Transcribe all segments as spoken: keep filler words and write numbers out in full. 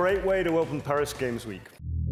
great way to open Paris Games Week.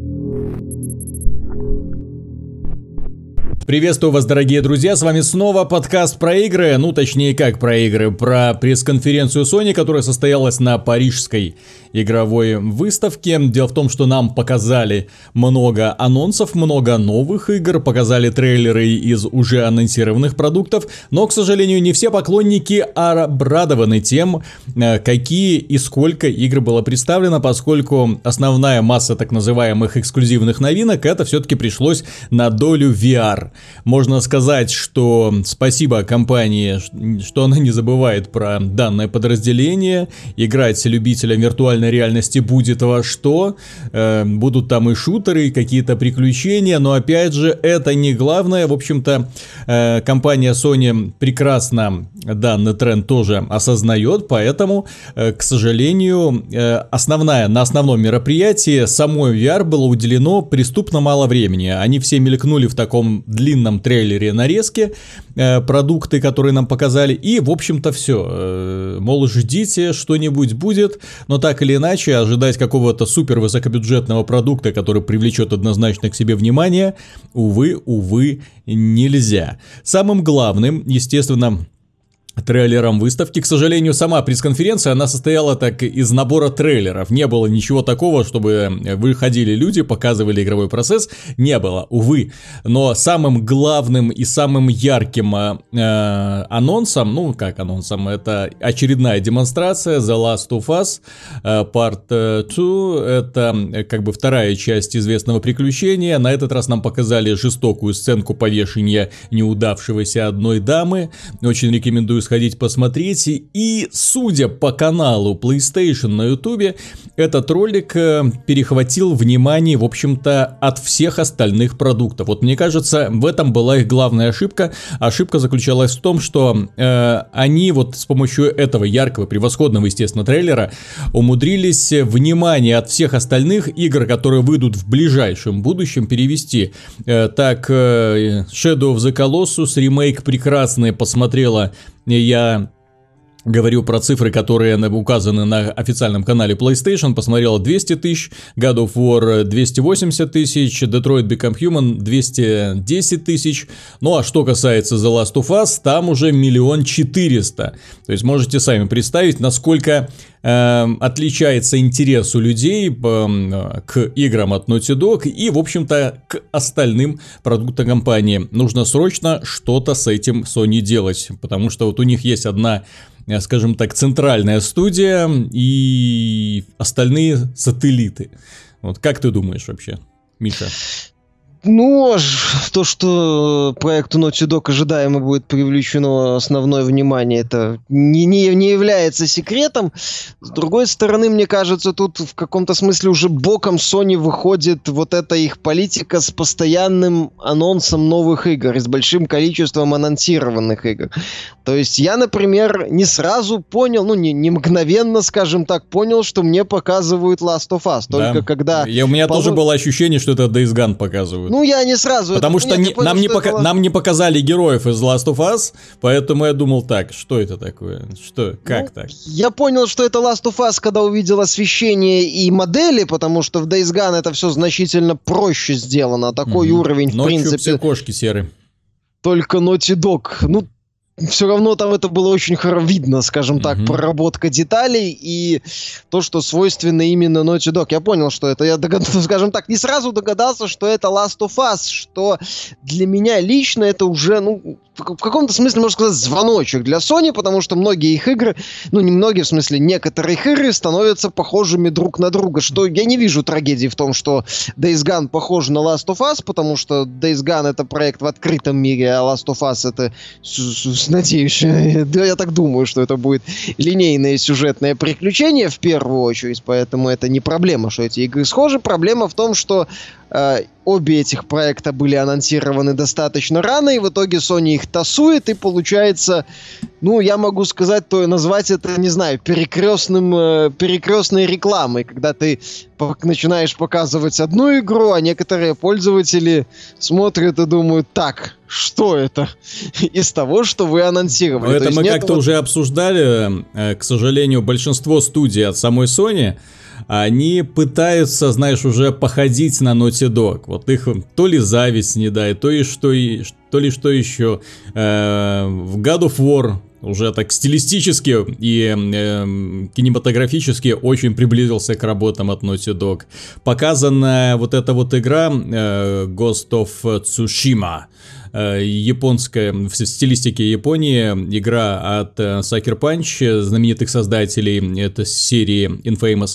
Приветствую вас, дорогие друзья, с вами снова подкаст про игры, ну точнее как про игры, про пресс-конференцию Sony, которая состоялась на парижской игровой выставке. Дело в том, что нам показали много анонсов, много новых игр, показали трейлеры из уже анонсированных продуктов, но, к сожалению, не все поклонники обрадованы тем, какие и сколько игр было представлено, поскольку основная масса так называемых эксклюзивных новинок, это все-таки пришлось на долю ви ар. Можно сказать, что спасибо компании, что она не забывает про данное подразделение. Играть любителям виртуальной реальности будет во что. Э, будут там и шутеры, и какие-то приключения, но опять же, это не главное. В общем-то, э, компания Sony прекрасно данный тренд тоже осознает, поэтому, э, к сожалению, э, основная, на основном мероприятии самой ви ар было уделено преступно мало времени. Они все мелькнули в таком длинном трейлере нарезки, э, продукты, которые нам показали, и, в общем-то, все. Э, мол, ждите, что-нибудь будет, но так или иначе, ожидать какого-то супер высокобюджетного продукта, который привлечет однозначно к себе внимание, увы, увы, нельзя. Самым главным, естественно, трейлером выставки, к сожалению, сама пресс-конференция, она состояла так из набора трейлеров. Не было ничего такого, чтобы выходили люди, показывали игровой процесс. Не было, увы. Но самым главным и самым ярким э, анонсом, ну как анонсом, это очередная демонстрация The Last of Us э, Part два. Это как бы вторая часть известного приключения. На этот раз нам показали жестокую сценку повешения неудавшегося одной дамы. Очень рекомендую сходить посмотреть. И судя по каналу PlayStation на YouTube, этот ролик перехватил внимание, в общем-то, от всех остальных продуктов. Вот мне кажется, в этом была их главная ошибка. Ошибка заключалась в том, что э, они вот с помощью этого яркого, превосходного, естественно, трейлера умудрились внимание от всех остальных игр, которые выйдут в ближайшем будущем, перевести. Э, так, э, Shadow of the Colossus, ремейк прекрасный, посмотрела. Я говорю про цифры, которые указаны на официальном канале PlayStation. Посмотрела двести тысяч, God of War двести восемьдесят тысяч, Detroit Become Human двести десять тысяч. Ну а что касается The Last of Us, там уже миллион четыреста. То есть можете сами представить, насколько э, отличается интерес у людей э, к играм от Naughty Dog и, в общем-то, к остальным продуктам компании. Нужно срочно что-то с этим Sony делать, потому что вот у них есть одна, скажем так, центральная студия и остальные сателлиты. Вот как ты думаешь вообще, Миша? Ну, то, что проекту Naughty Dog ожидаемо будет привлечено основное внимание, это не, не, не является секретом. С другой стороны, мне кажется, тут в каком-то смысле уже боком Sony выходит вот эта их политика с постоянным анонсом новых игр и с большим количеством анонсированных игр. То есть я, например, не сразу понял, ну, не, не мгновенно, скажем так, понял, что мне показывают Last of Us. Только да. когда... И у меня полу... тоже было ощущение, что это Days Gone показывают. Ну, я не сразу... Потому это, что нет, не, понял, нам, что не пока, это... нам не показали героев из Last of Us, поэтому я думал так, что это такое? Что? Как ну, так? Я понял, что это Last of Us, когда увидел освещение и модели, потому что в Days Gone это все значительно проще сделано. Такой mm-hmm. уровень, в Ночью принципе... все кошки серые. Только Naughty Dog. Ну, все равно там это было очень хорошо видно, скажем mm-hmm. так, проработка деталей и то, что свойственно именно Naughty Dog. Я понял, что это, я догадался, скажем так, не сразу догадался, что это Last of Us, что для меня лично это уже, ну, в каком-то смысле, можно сказать, звоночек для Sony, потому что многие их игры, ну, не многие, в смысле, некоторые их игры становятся похожими друг на друга, что я не вижу трагедии в том, что Days Gone похож на Last of Us, потому что Days Gone это проект в открытом мире, а Last of Us это, надеюсь, да, я так думаю, что это будет линейное сюжетное приключение в первую очередь, поэтому это не проблема, что эти игры схожи, проблема в том, что э, обе этих проекта были анонсированы достаточно рано, и в итоге Sony их тасует, и получается ну, я могу сказать, то назвать это, не знаю, перекрестным, э, перекрестной рекламой, когда ты по- начинаешь показывать одну игру, а некоторые пользователи смотрят и думают, так, что это из того, что вы анонсировали? Но это мы нет как-то вот... уже обсуждали, э, к сожалению, большинство студий от самой Sony, они пытаются, знаешь, уже походить на Naughty Dog. Вот их то ли зависть не дает, то ли что, и, то ли что еще. Э, в God of War уже так стилистически и э, кинематографически очень приблизился к работам от Naughty Dog. Показанная вот эта вот игра э, Ghost of Tsushima, японская, в стилистике Японии, игра от Sucker Punch, знаменитых создателей этой серии Infamous,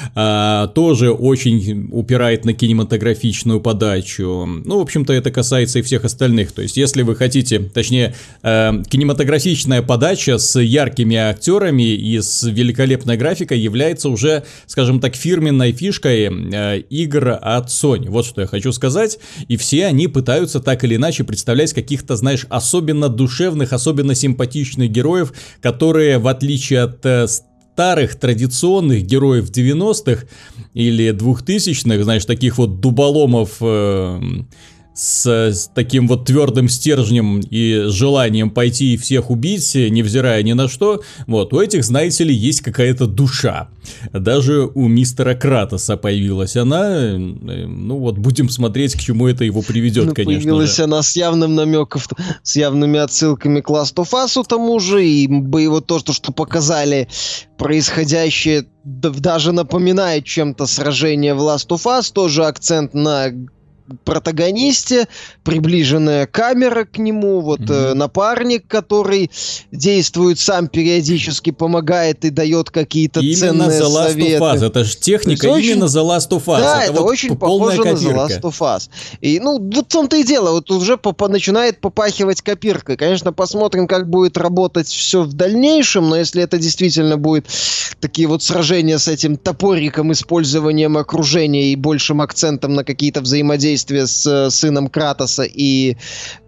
тоже очень упирает на кинематографичную подачу. Ну, в общем-то, это касается и всех остальных. То есть, если вы хотите, точнее, кинематографичная подача с яркими актерами и с великолепной графикой является уже, скажем так, фирменной фишкой игр от Sony. Вот что я хочу сказать. И все они пытаются так или иначе представить представлять каких-то, знаешь, особенно душевных, особенно симпатичных героев, которые, в отличие от э, старых традиционных героев девяностых или двухтысячных, знаешь, таких вот дуболомов э, с, с таким вот твердым стержнем и желанием пойти и всех убить, невзирая ни на что, вот, у этих, знаете ли, есть какая-то душа. Даже у мистера Кратоса появилась она, ну вот, будем смотреть, к чему это его приведет, ну, конечно появилась же. она с явным намеком, с явными отсылками к Last of Us тому же, и боево то, что показали происходящее, даже напоминает чем-то сражение в Last of Us, тоже акцент на протагонисте, приближенная камера к нему, вот mm-hmm. э, напарник, который действует сам, периодически помогает и дает какие-то именно ценные The Last советы. Of Us. Это же техника очень... именно The Last of Us. Да, это, это вот очень похоже копирка. на The Last of Us. И, ну, в том-то и дело, вот уже попа- начинает попахивать копиркой. Конечно, посмотрим, как будет работать все в дальнейшем, но если это действительно будет такие вот сражения с этим топориком, использованием окружения и большим акцентом на какие-то взаимодействия с э, сыном Кратоса и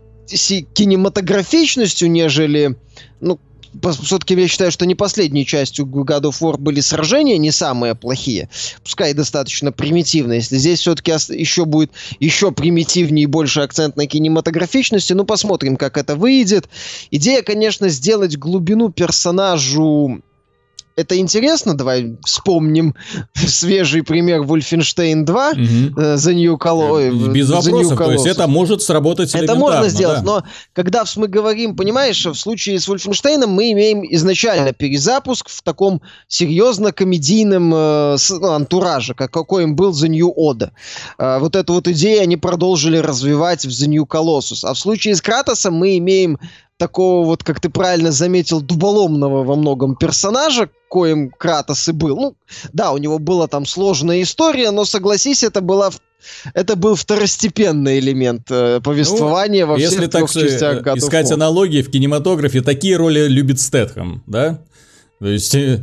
с кинематографичностью, нежели, ну, все-таки я считаю, что не последней частью God of War были сражения не самые плохие, пускай достаточно примитивные. Если здесь все-таки еще будет еще примитивнее и больше акцент на кинематографичности, ну посмотрим, как это выйдет. Идея, конечно, сделать глубину персонажу. Это интересно, давай вспомним свежий пример Wolfenstein два, mm-hmm. uh, The New Colossus. Без вопросов, то есть это может сработать элементарно. Это можно сделать, да. но когда мы говорим, понимаешь, в случае с Wolfenstein мы имеем изначально перезапуск в таком серьезно-комедийном э, ну, антураже, как какой им был The New Order. Э, вот эту вот идею они продолжили развивать в The New Colossus. А в случае с Кратосом мы имеем такого вот, как ты правильно заметил, дуболомного во многом персонажа, коим Кратос и был. Ну, да, у него была там сложная история, но, согласись, это была... Это был второстепенный элемент э, повествования ну, во всех трех частях God of War. Если искать аналогии в кинематографе, такие роли любит Стэтхэм, да? То есть э,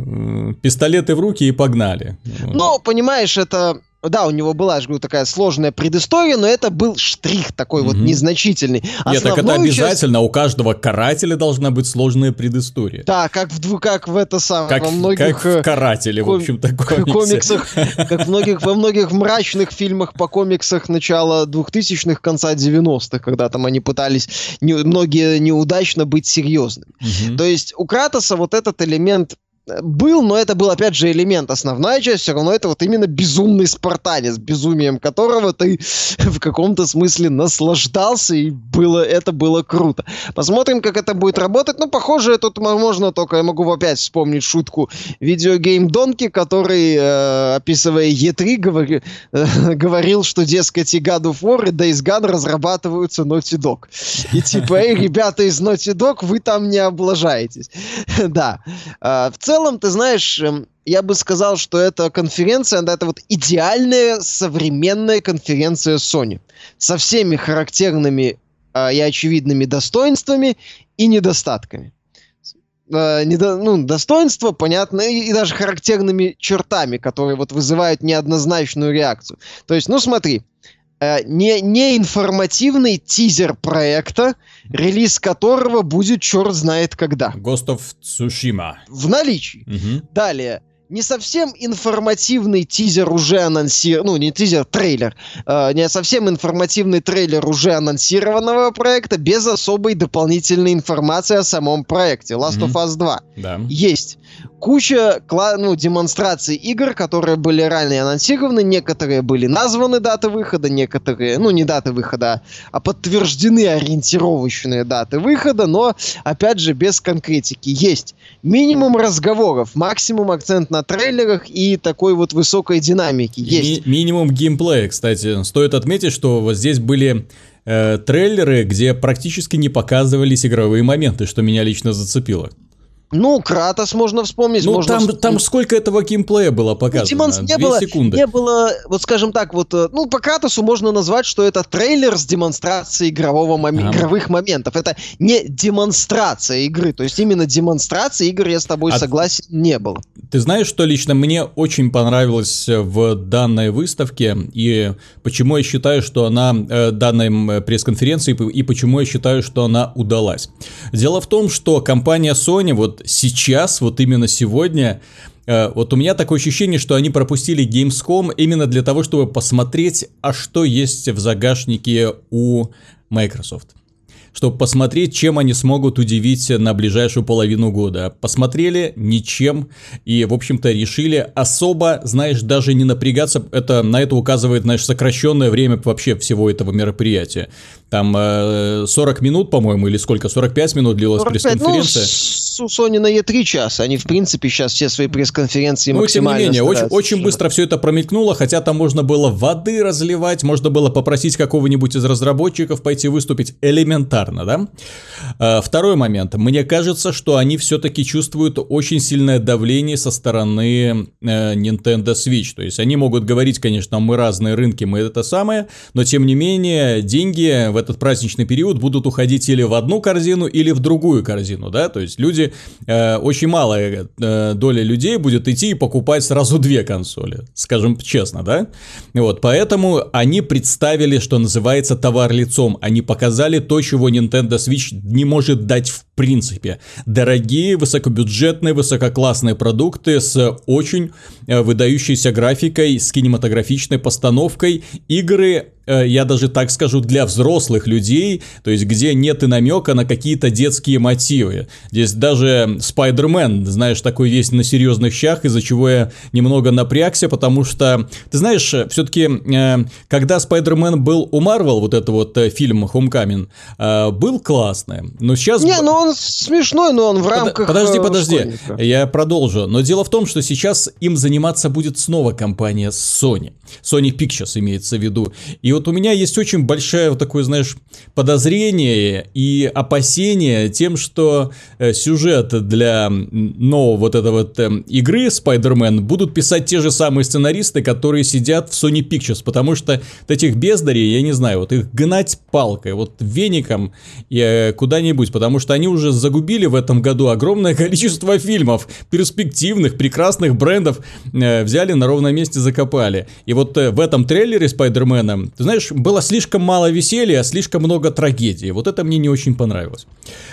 э, пистолеты в руки и погнали. Ну, понимаешь, это... Да, у него была, я же говорю, такая сложная предыстория, но это был штрих такой mm-hmm. вот незначительный. Нет, так это обязательно, часть... у каждого карателя должна быть сложная предыстория. Да, как в, как в это самое, как, во многих... Как в «Карателе», ком... в общем-то, комиксах. Как многих, во многих мрачных фильмах по комиксах начала двухтысячных, конца девяностых, когда там они пытались не, многие неудачно быть серьезными. Mm-hmm. То есть у Кратоса вот этот элемент был, но это был, опять же, элемент. Основная часть все равно это вот именно безумный спартанец, безумием которого ты в каком-то смысле наслаждался, и было, это было круто. Посмотрим, как это будет работать. Ну, похоже, тут можно только, я могу опять вспомнить шутку Видеогейм Донки, который, э, описывая и три, говори, э, говорил, что, дескать, и God of War, и Days Gone разрабатываются Naughty Dog. И типа, эй, ребята из Naughty Dog, вы там не облажаетесь. Да. В целом, В целом, ты знаешь, я бы сказал, что эта конференция, да, это вот идеальная современная конференция Sony. Со всеми характерными э, и очевидными достоинствами и недостатками. Э, недо, ну, достоинства, понятно, и, и даже характерными чертами, которые вот вызывают неоднозначную реакцию. То есть, ну смотри, не, не информативный тизер проекта, релиз которого будет черт знает когда. Ghost of Tsushima. В наличии. Угу. Далее. Не совсем информативный тизер уже анонсирован, ну не тизер, трейлер, э, не совсем информативный трейлер уже анонсированного проекта без особой дополнительной информации о самом проекте. Last mm-hmm. of Us два. Да. Есть. Куча ну, демонстраций игр, которые были ранее анонсированы, некоторые были названы даты выхода, некоторые, ну не даты выхода, а подтверждены ориентировочные даты выхода, но опять же без конкретики. Есть минимум разговоров, максимум акцент на трейлерах и такой вот высокой динамики. Есть. Ми- минимум геймплея, кстати. Стоит отметить, что вот здесь были э, трейлеры, где практически не показывались игровые моменты, что меня лично зацепило. Ну, Кратос можно вспомнить. Ну, можно там, вспомнить. там сколько этого геймплея было показано? Ну, демонс... не, Две было, секунды. не было, вот скажем так, вот, ну, по Кратосу можно назвать, что это трейлер с демонстрацией игрового мом... а. игровых моментов. Это не демонстрация игры, то есть именно демонстрация игр, я с тобой а согласен, не было. Ты знаешь, что лично мне очень понравилось в данной выставке, и почему я считаю, что она, данной пресс-конференции, и почему я считаю, что она удалась. Дело в том, что компания Sony вот сейчас, вот именно сегодня, вот у меня такое ощущение, что они пропустили Gamescom именно для того, чтобы посмотреть, а что есть в загашнике у Microsoft. Чтобы посмотреть, чем они смогут удивить на ближайшую половину года. Посмотрели ничем и, в общем-то, решили особо, знаешь, даже не напрягаться. Это, на это указывает, знаешь, сокращенное время вообще всего этого мероприятия. Там э, сорок минут, по-моему, или сколько? сорок пять минут длилась пресс-конференция. Ну, у Sony на и три часа. Они, в принципе, сейчас все свои пресс-конференции максимально... Ну, тем не менее, очень, очень быстро все это промелькнуло, хотя там можно было воды разливать, можно было попросить какого-нибудь из разработчиков пойти выступить элементарно, да? А, второй момент. Мне кажется, что они все-таки чувствуют очень сильное давление со стороны э, Nintendo Switch. То есть они могут говорить, конечно, мы разные рынки, мы это самое, но тем не менее деньги в этот праздничный период будут уходить или в одну корзину, или в другую корзину, да, то есть люди, э, очень малая э, доля людей будет идти и покупать сразу две консоли, скажем честно, да, вот, поэтому они представили, что называется, товар лицом, они показали то, чего Nintendo Switch не может дать в принципе, дорогие, высокобюджетные, высококлассные продукты с очень э, выдающейся графикой, с кинематографичной постановкой, игры, я даже так скажу, для взрослых людей, то есть где нет и намека на какие-то детские мотивы. Здесь даже Spider-Man, знаешь, такой весь на серьезных щах, из-за чего я немного напрягся, потому что, ты знаешь, все-таки, когда Spider-Man был у Marvel, вот это вот фильм Homecoming, был классный, но сейчас... Не, ну он смешной, но он в рамках... Подожди, подожди, школьника. Я продолжу. Но дело в том, что сейчас им заниматься будет снова компания Sony. Sony Pictures имеется в виду. И вот у меня есть очень большое вот такое, знаешь, подозрение и опасение тем, что сюжет для нового вот этой вот игры Spider-Man будут писать те же самые сценаристы, которые сидят в Sony Pictures, потому что вот этих бездарей, я не знаю, вот их гнать палкой, вот веником и куда-нибудь, потому что они уже загубили в этом году огромное количество фильмов, перспективных, прекрасных брендов, взяли на ровном месте, закопали. И вот в этом трейлере Spider-Man, ты знаешь, было слишком мало веселья, а слишком много трагедии. Вот это мне не очень понравилось.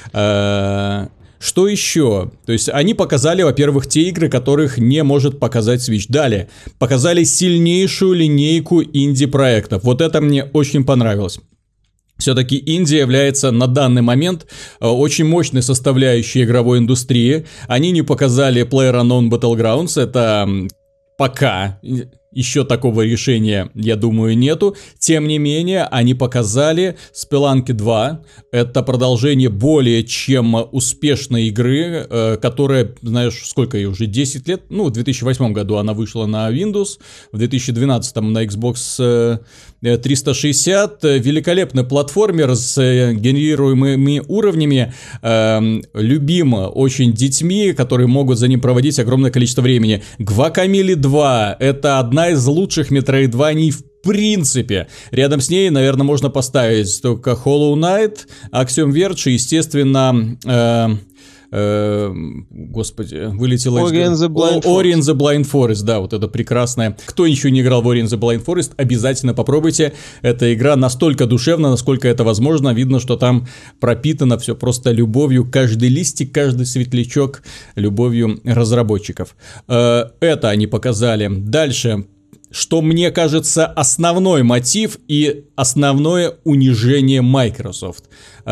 Что еще? То есть они показали, во-первых, те игры, которых не может показать Switch. Далее, показали сильнейшую линейку инди-проектов. Вот это мне очень понравилось. Все-таки Индия является на данный момент очень мощной составляющей игровой индустрии. Они не показали PlayerUnknown Battlegrounds, это пока... Еще такого решения, я думаю, нету. Тем не менее, они показали Spelunky два. Это продолжение более чем успешной игры, э, которая, знаешь, сколько ей уже, десять лет? Ну, в две тысячи восьмом году она вышла на Windows, в две тысячи двенадцатом на Xbox триста шестьдесят. Великолепный платформер с генерируемыми уровнями, э, любим очень детьми, которые могут за ним проводить огромное количество времени. Guacamelee два — это одна из лучших метроидваний в принципе. Рядом с ней, наверное, можно поставить только Hollow Knight, Axiom Verge и, естественно, э, Э, господи, вылетело из... Ori and the Blind Forest. Ori and the Blind Forest, да, вот это прекрасное. Кто еще не играл в Ori and the Blind Forest, обязательно попробуйте. Эта игра настолько душевна, насколько это возможно. Видно, что там пропитано все просто любовью. Каждый листик, каждый светлячок любовью разработчиков. Э, это они показали. Дальше. Что мне кажется основной мотив и основное унижение Microsoft.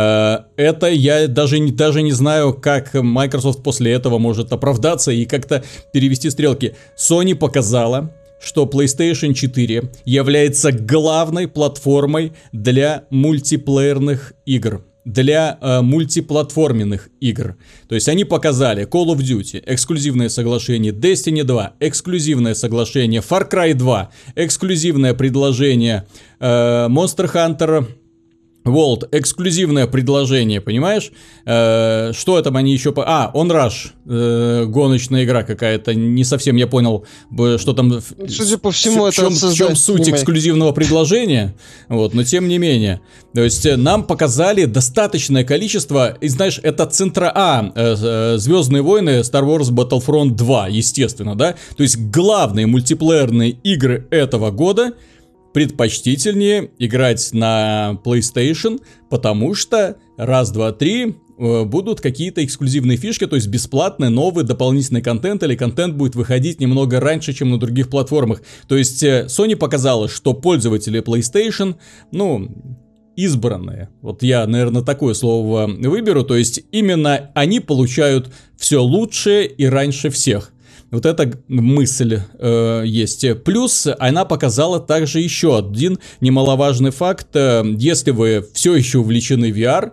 Это я даже, даже не знаю, как Microsoft после этого может оправдаться и как-то перевести стрелки. Sony показала, что PlayStation четыре является главной платформой для мультиплеерных игр. Для э, мультиплатформенных игр. То есть они показали Call of Duty, эксклюзивное соглашение, Destiny два, эксклюзивное соглашение, Far Cry два, эксклюзивное предложение, э, Monster Hunter World, эксклюзивное предложение, понимаешь? Э, что там они еще... По... А, OnRush, э, гоночная игра какая-то, не совсем я понял, что там... Судя по всему, в, это... в, чем, в чем суть снимай. эксклюзивного предложения, вот, но тем не менее. То есть нам показали достаточное количество, и знаешь, это центра... А, э, э, Звездные войны, Star Wars Battlefront два, естественно, да? То есть главные мультиплеерные игры этого года предпочтительнее играть на PlayStation, потому что раз, два, три э, будут какие-то эксклюзивные фишки, то есть бесплатный новый дополнительный контент, или контент будет выходить немного раньше, чем на других платформах. То есть э, Sony показала, что пользователи PlayStation, ну... избранные. Вот я, наверное, такое слово выберу. То есть именно они получают все лучшее и раньше всех. Вот эта мысль э, есть. Плюс она показала также еще один немаловажный факт. Если вы все еще увлечены ви ар,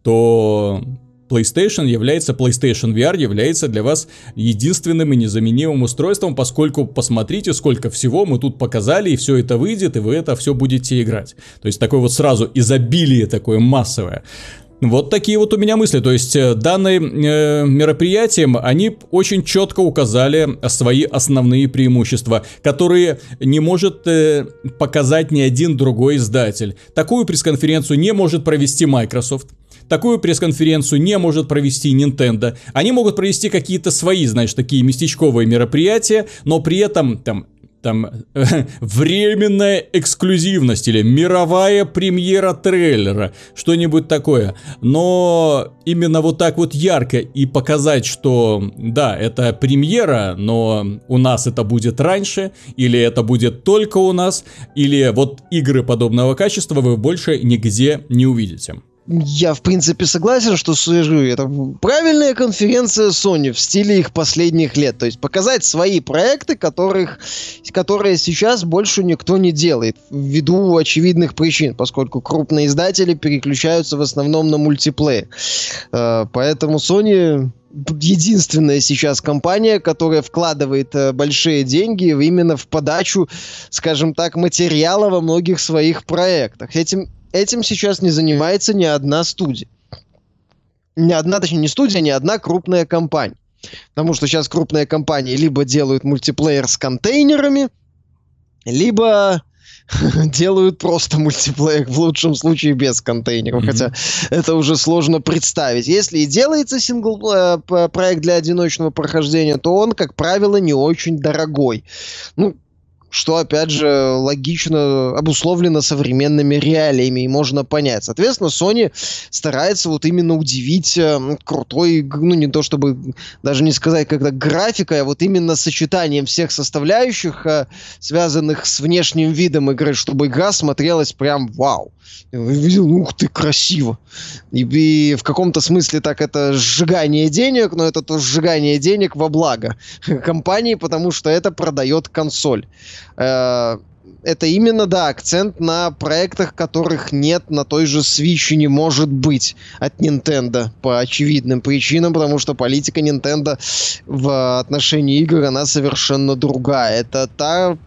то PlayStation является, PlayStation ви ар является для вас единственным и незаменимым устройством, поскольку посмотрите, сколько всего мы тут показали, и все это выйдет, и вы это все будете играть. То есть такое вот сразу изобилие такое массовое. Вот такие вот у меня мысли. То есть данным э, мероприятием они очень четко указали свои основные преимущества, которые не может э, показать ни один другой издатель. Такую пресс-конференцию не может провести Microsoft. Такую пресс-конференцию не может провести Nintendo. Они могут провести какие-то свои, знаешь, такие местечковые мероприятия, но при этом там... Там э, временная эксклюзивность или мировая премьера трейлера, что-нибудь такое. Но именно вот так вот ярко и показать, что да, это премьера, но у нас это будет раньше, или это будет только у нас, или вот игры подобного качества вы больше нигде не увидите. Я, в принципе, согласен, что это правильная конференция Sony в стиле их последних лет. То есть показать свои проекты, которых, которые сейчас больше никто не делает, ввиду очевидных причин, поскольку крупные издатели переключаются в основном на мультиплеер. Поэтому Sony... единственная сейчас компания, которая вкладывает э, большие деньги именно в подачу, скажем так, материала во многих своих проектах. Этим, этим сейчас не занимается ни одна студия. Ни одна, точнее, не студия, ни одна крупная компания. Потому что сейчас крупные компании либо делают мультиплеер с контейнерами, либо... делают просто мультиплеер, в лучшем случае без контейнеров, mm-hmm. хотя это уже сложно представить. Если и делается сингл э, проект для одиночного прохождения, то он, как правило, не очень дорогой. Ну, что, опять же, логично обусловлено современными реалиями, и можно понять. Соответственно, Sony старается вот именно удивить э, крутой, ну, не то чтобы, даже не сказать, когда графикой, а вот именно сочетанием всех составляющих, э, связанных с внешним видом игры, чтобы игра смотрелась прям вау. Видел, ух ты, красиво. И, и в каком-то смысле так это сжигание денег, но это то сжигание денег во благо компании, потому что это продает консоль. Э, это именно, да, акцент на проектах, которых нет на той же Switch и не может быть от Nintendo по очевидным причинам, потому что политика Nintendo в отношении игр, она совершенно другая. Это та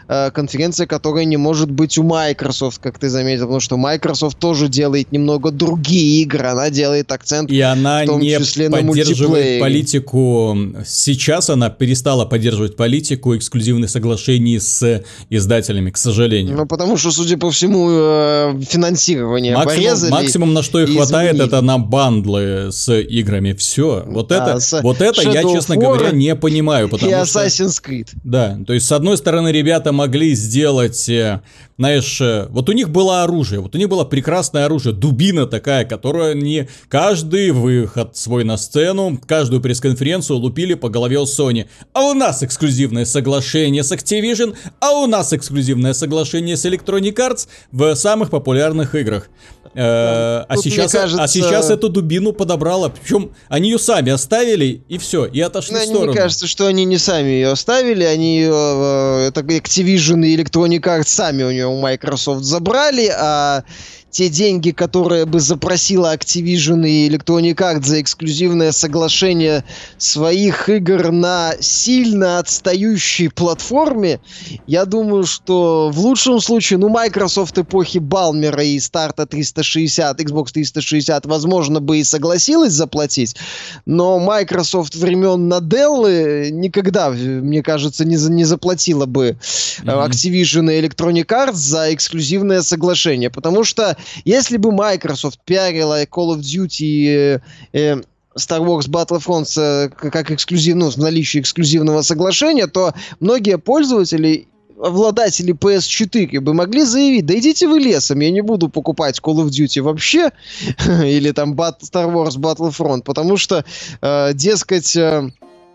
э, конференция, которая не может быть у Microsoft, как ты заметил, потому что Microsoft тоже делает немного другие игры, она делает акцент и она в том не числе на поддерживает политику. Сейчас она перестала поддерживать политику эксклюзивных соглашений с издателями, к сожалению. Ну, потому что, судя по всему, э, финансирование максимум, порезали. Максимум, на что их хватает, изменили. это на бандлы с играми. Все. Вот Да, это, с вот это я, Shadow честно of War говоря, не понимаю. Потому и что, Assassin's Creed. да, то есть, с одной стороны, ребята могли сделать, э, знаешь, э, вот у них было оружие, вот у них было прекрасное оружие, дубина такая, которая не каждый выход свой на сцену, каждую пресс-конференцию лупили по голове у Sony. А у нас эксклюзивное соглашение с Activision, а у нас эксклюзивное соглашение с Electronic Arts в самых популярных играх. Э, а, Тут, сейчас, мне кажется... а сейчас эту дубину подобрала. Причем они ее сами оставили, и все, и отошли Ну, в сторону. Мне кажется, что они не сами ее оставили, они ее, э, это Activision и Electronic Arts сами у нее у Microsoft забрали, а те деньги, которые бы запросила Activision и Electronic Arts за эксклюзивное соглашение своих игр на сильно отстающей платформе, я думаю, что в лучшем случае, ну, Microsoft эпохи Балмера и старта триста шестьдесят, Xbox триста шестьдесят, возможно, бы и согласилась заплатить, но Microsoft времен Наделлы никогда, мне кажется, не, за, не заплатила бы mm-hmm. Activision и Electronic Arts за эксклюзивное соглашение, потому что если бы Microsoft пиарила Call of Duty э, э, Star Wars Battlefront э, как эксклюзив, ну, в наличии эксклюзивного соглашения, то многие пользователи, обладатели пи эс четыре бы могли заявить: да идите вы лесом, я не буду покупать Call of Duty вообще, или там Bat- Star Wars Battlefront, потому что, э, дескать... Э,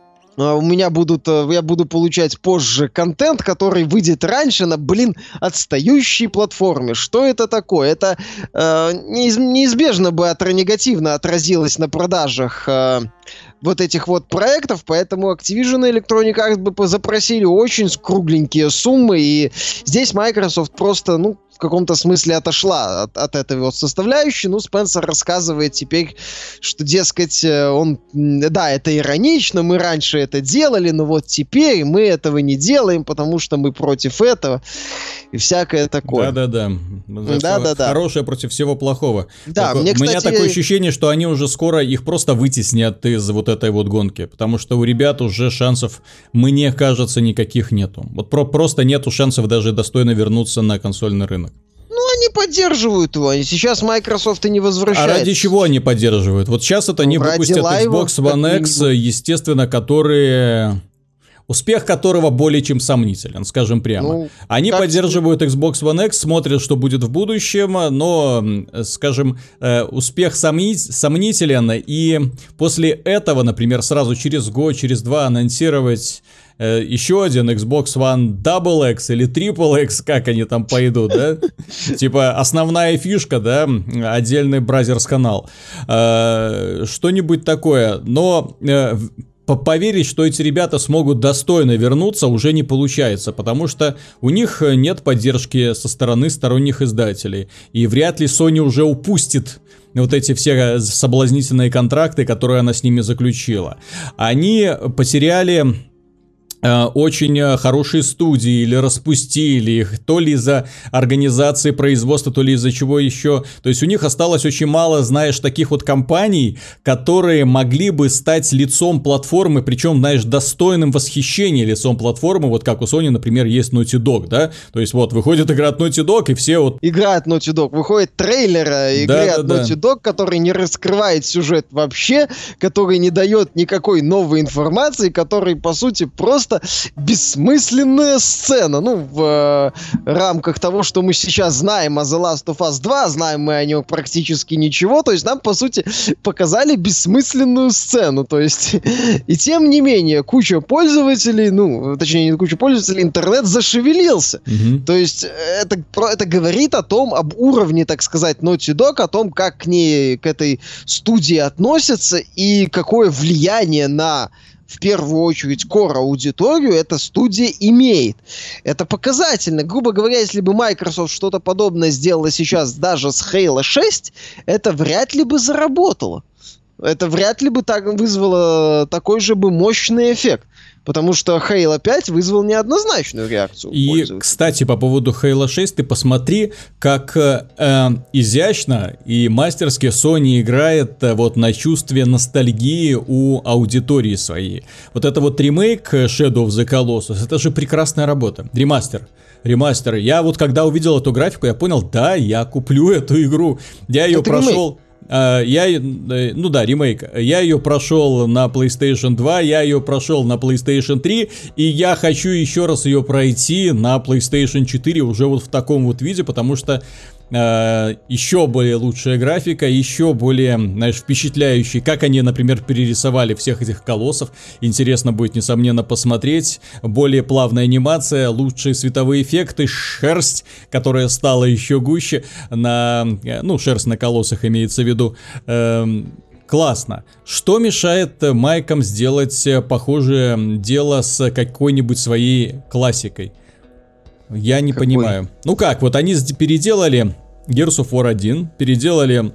у меня будут, я буду получать позже контент, который выйдет раньше на, блин, отстающей платформе. Что это такое? Это э, неиз, неизбежно бы отра, негативно отразилось на продажах э, вот этих вот проектов, поэтому Activision и Electronic Arts бы запросили очень кругленькие суммы, и здесь Microsoft просто, ну, в каком-то смысле отошла от, от этой вот составляющей. Ну, Спенсер рассказывает теперь, что, дескать, он, да, это иронично, мы раньше это делали, но вот теперь мы этого не делаем, потому что мы против этого и всякое такое. Да-да-да. Да-да-да. Хорошее против всего плохого. Да, так, мне, у меня кстати... такое ощущение, что они уже скоро их просто вытеснят из вот этой вот гонки, потому что у ребят уже шансов, мне кажется, никаких нету. Вот про- просто нету шансов даже достойно вернуться на консольный рынок. Ну, они поддерживают его. Сейчас Microsoft и не возвращается. А ради чего они поддерживают? Вот сейчас это они ради выпустят лайва, Xbox One X, естественно, которые... Успех которого более чем сомнителен, скажем прямо. Ну, они поддерживают Xbox One X, смотрят, что будет в будущем, но, скажем, успех сомни... сомнителен, и после этого, например, сразу через год, через два анонсировать еще один Xbox One Double X или Triple X, как они там пойдут, да? Типа основная фишка, да, отдельный бразерс-канал. Что-нибудь такое, но... Поверить, что эти ребята смогут достойно вернуться, уже не получается, потому что у них нет поддержки со стороны сторонних издателей, и вряд ли Sony уже упустит вот эти все соблазнительные контракты, которые она с ними заключила. Они потеряли... очень хорошие студии или распустили их, то ли из-за организации производства, то ли из-за чего еще. То есть у них осталось очень мало, знаешь, таких вот компаний, которые могли бы стать лицом платформы, причем, знаешь, достойным восхищения лицом платформы, вот как у Sony, например, есть Naughty Dog, да? То есть вот выходит игра от Naughty Dog, и все вот... Игра от Naughty Dog, выходит трейлер игры да, от да, Naughty да. Dog, который не раскрывает сюжет вообще, который не дает никакой новой информации, который, по сути, просто бессмысленная сцена. Ну, в э, рамках того, что мы сейчас знаем о The Last of Us два, знаем мы о нем практически ничего, то есть нам, по сути, показали бессмысленную сцену, то есть и тем не менее, куча пользователей, ну, точнее, не куча пользователей, интернет зашевелился. Mm-hmm. То есть это, это говорит о том, об уровне, так сказать, Naughty Dog, о том, как к ней, к этой студии относятся и какое влияние на в первую очередь кор-аудиторию эта студия имеет. Это показательно. Грубо говоря, если бы Microsoft что-то подобное сделала сейчас даже с Halo шесть, это вряд ли бы заработало. это вряд ли бы так вызвало такой же бы мощный эффект. Потому что Halo пять вызвал неоднозначную реакцию. И, кстати, по поводу Halo шесть, ты посмотри, как э, изящно и мастерски Sony играет э, вот на чувстве ностальгии у аудитории своей. Вот это вот ремейк Shadow of the Colossus, это же прекрасная работа. Ремастер. Ремастер. Я вот когда увидел эту графику, я понял, да, я куплю эту игру. Я ее это прошел... Ремейк. Я, ну да, ремейк. Я ее прошел на PlayStation два, я ее прошел на PlayStation три, и я хочу еще раз ее пройти на PlayStation четыре уже вот в таком вот виде, потому что э, еще более лучшая графика, еще более, знаешь, впечатляющий, как они, например, перерисовали всех этих колоссов. Интересно будет, несомненно, посмотреть. Более плавная анимация, лучшие световые эффекты, шерсть, которая стала еще гуще на, ну, шерсть на колоссах имеется в виду. Эм, классно. Что мешает Майкам сделать похожее дело с какой-нибудь своей классикой? Я не Какой? понимаю. Ну как, вот они переделали Gears of War один, переделали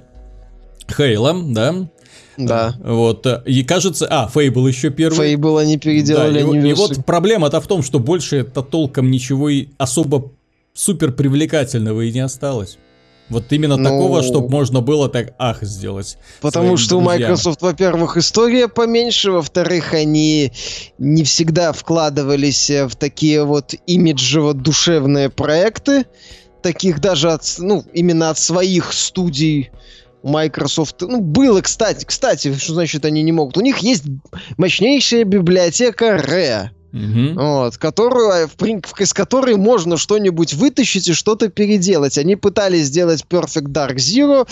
Halo, да? Да. Вот, и кажется... А, Fable еще первый. Fable они переделали. Да, и, и вот проблема-то в том, что больше это толком ничего и особо супер привлекательного и не осталось. Вот именно ну, такого, чтобы можно было так ах сделать. Потому что друзьям. У Microsoft, во-первых, история поменьше, во-вторых, они не всегда вкладывались в такие вот имиджево-душевные проекты, таких даже от, ну, именно от своих студий. Microsoft, ну, было, кстати, кстати, что значит они не могут? У них есть мощнейшая библиотека Rare. Uh-huh. Вот, которую, в, из которой можно что-нибудь вытащить и что-то переделать. Они пытались сделать Perfect Dark Zero.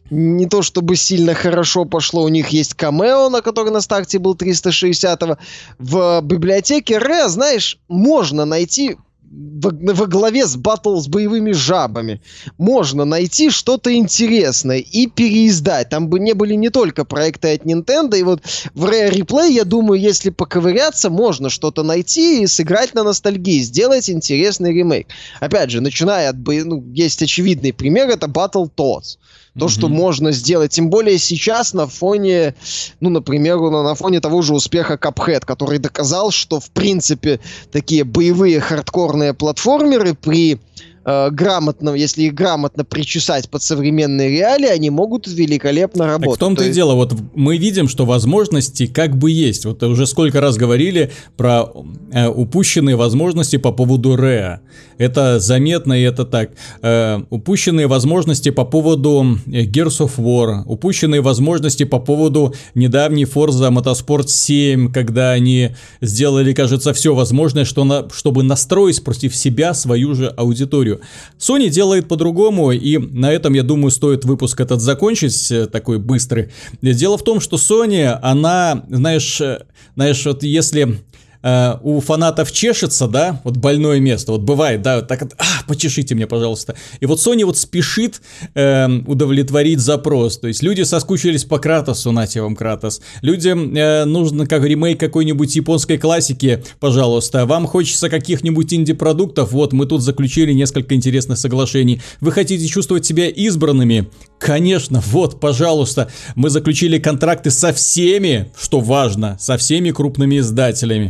Не то чтобы сильно хорошо пошло. У них есть камео, на который на старте был триста шестидесятого. В библиотеке Rare, знаешь, можно найти... Во, во главе с батл с боевыми жабами можно найти что-то интересное и переиздать. Там бы не были не только проекты от Nintendo, и вот в Rare Replay, я думаю, если поковыряться, можно что-то найти и сыграть на ностальгии, сделать интересный ремейк. Опять же, начиная от бо... ну, есть очевидный пример, это Battletoads. То, mm-hmm. что можно сделать, тем более сейчас на фоне, ну, например, на, на фоне того же успеха Cuphead, который доказал, что, в принципе, такие боевые хардкорные платформеры при э, грамотном, если их грамотно причесать под современные реалии, они могут великолепно работать. Так в том-то и дело, вот мы видим, что возможности как бы есть. Вот уже сколько раз говорили про э, упущенные возможности по поводу Rare. Это заметно, и это так. Э, упущенные возможности по поводу Gears of War, упущенные возможности по поводу недавней Forza Motorsport семь, когда они сделали, кажется, все возможное, что на, чтобы настроить против себя свою же аудиторию. Sony делает по-другому, и на этом, я думаю, стоит выпуск этот закончить, такой быстрый. Дело в том, что Sony, она, знаешь, знаешь, вот если... Uh, у фанатов чешется, да, вот больное место, вот бывает, да, вот так, а, почешите мне, пожалуйста. И вот Sony вот спешит э, удовлетворить запрос, то есть люди соскучились по Кратосу, нате вам Кратос, людям э, нужно как ремейк какой-нибудь японской классики, пожалуйста, вам хочется каких-нибудь инди-продуктов, вот мы тут заключили несколько интересных соглашений, вы хотите чувствовать себя избранными? Конечно, вот, пожалуйста, мы заключили контракты со всеми, что важно, со всеми крупными издателями.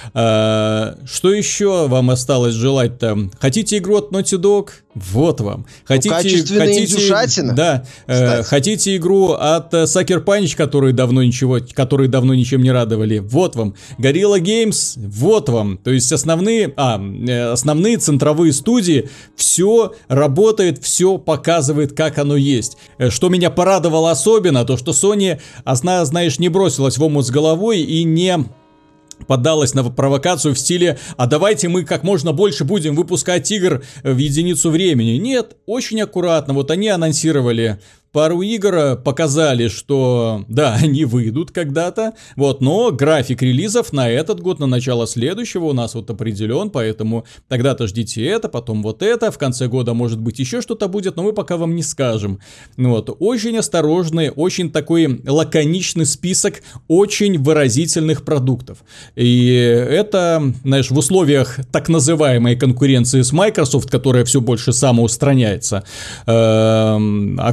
А, что еще вам осталось желать-то? Хотите игру от Naughty Dog? Вот вам. Хотите, ну, хотите, да, э, хотите игру от Sucker Punch, которые давно ничего, которые давно ничем не радовали? Вот вам. Guerrilla Games? Вот вам. То есть основные, а, основные центровые студии, все работает, все показывает, как оно есть. Что меня порадовало особенно, то что Sony, она, знаешь, не бросилась в омут с головой и не... поддалась на провокацию в стиле «а давайте мы как можно больше будем выпускать игр в единицу времени». Нет, очень аккуратно. Вот они анонсировали пару игр, показали, что да, они выйдут когда-то, вот, но график релизов на этот год, на начало следующего у нас вот определен, поэтому тогда-то ждите это, потом вот это, в конце года может быть еще что-то будет, но мы пока вам не скажем. Вот, очень осторожный, очень такой лаконичный список очень выразительных продуктов. И это, знаешь, в условиях так называемой конкуренции с Microsoft, которая все больше самоустраняется, э, оказывает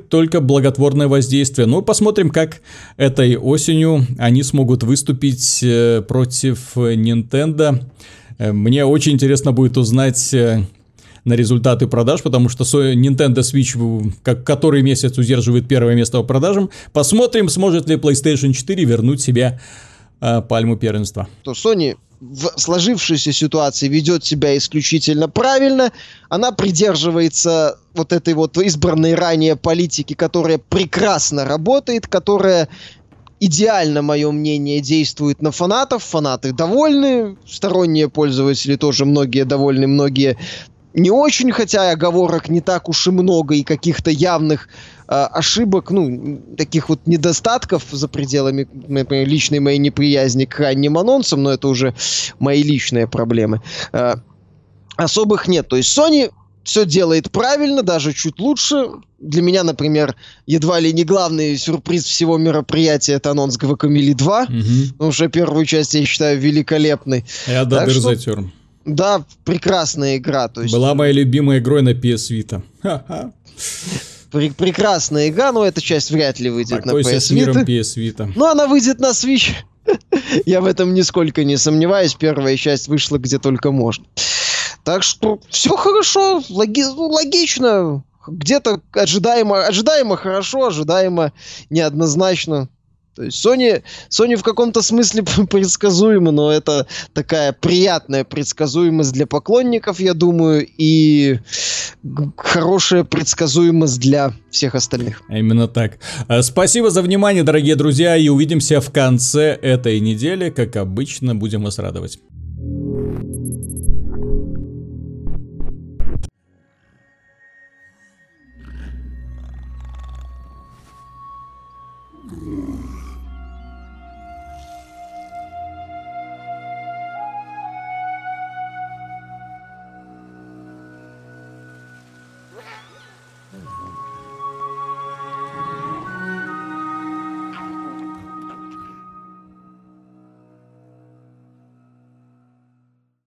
будет только благотворное воздействие. Ну, посмотрим, как этой осенью они смогут выступить против Nintendo. Мне очень интересно будет узнать на результаты продаж, потому что Nintendo Switch как который месяц удерживает первое место по продажам. Посмотрим, сможет ли PlayStation четыре вернуть себе э, пальму первенства. То Sony в сложившейся ситуации ведет себя исключительно правильно. Она придерживается вот этой вот избранной ранее политики, которая прекрасно работает, которая идеально, мое мнение, действует на фанатов. Фанаты довольны, сторонние пользователи тоже многие довольны, многие не очень, хотя оговорок не так уж и много, и каких-то явных э, ошибок, ну, таких вот недостатков за пределами, например, личной моей неприязни к ранним анонсам, но это уже мои личные проблемы. Э, особых нет. То есть Sony все делает правильно, даже чуть лучше. Для меня, например, едва ли не главный сюрприз всего мероприятия — это анонс Guacamelee два, угу. Потому что первую часть я считаю великолепной. Я да, дерзатер. Да, прекрасная игра. То есть... Была моей любимой игрой на пи эс Vita. Пр- прекрасная игра, но эта часть вряд ли выйдет Такой на пи эс с миром Vita. пи эс Vita. Но она выйдет на Switch. Я в этом нисколько не сомневаюсь. Первая часть вышла где только можно. Так что все хорошо, логи- ну, логично. Где-то ожидаемо, ожидаемо хорошо, ожидаемо неоднозначно. То есть Sony, Sony в каком-то смысле предсказуема, но это такая приятная предсказуемость для поклонников, я думаю, и хорошая предсказуемость для всех остальных. Именно так. Спасибо за внимание, дорогие друзья, и увидимся в конце этой недели. Как обычно, будем вас радовать.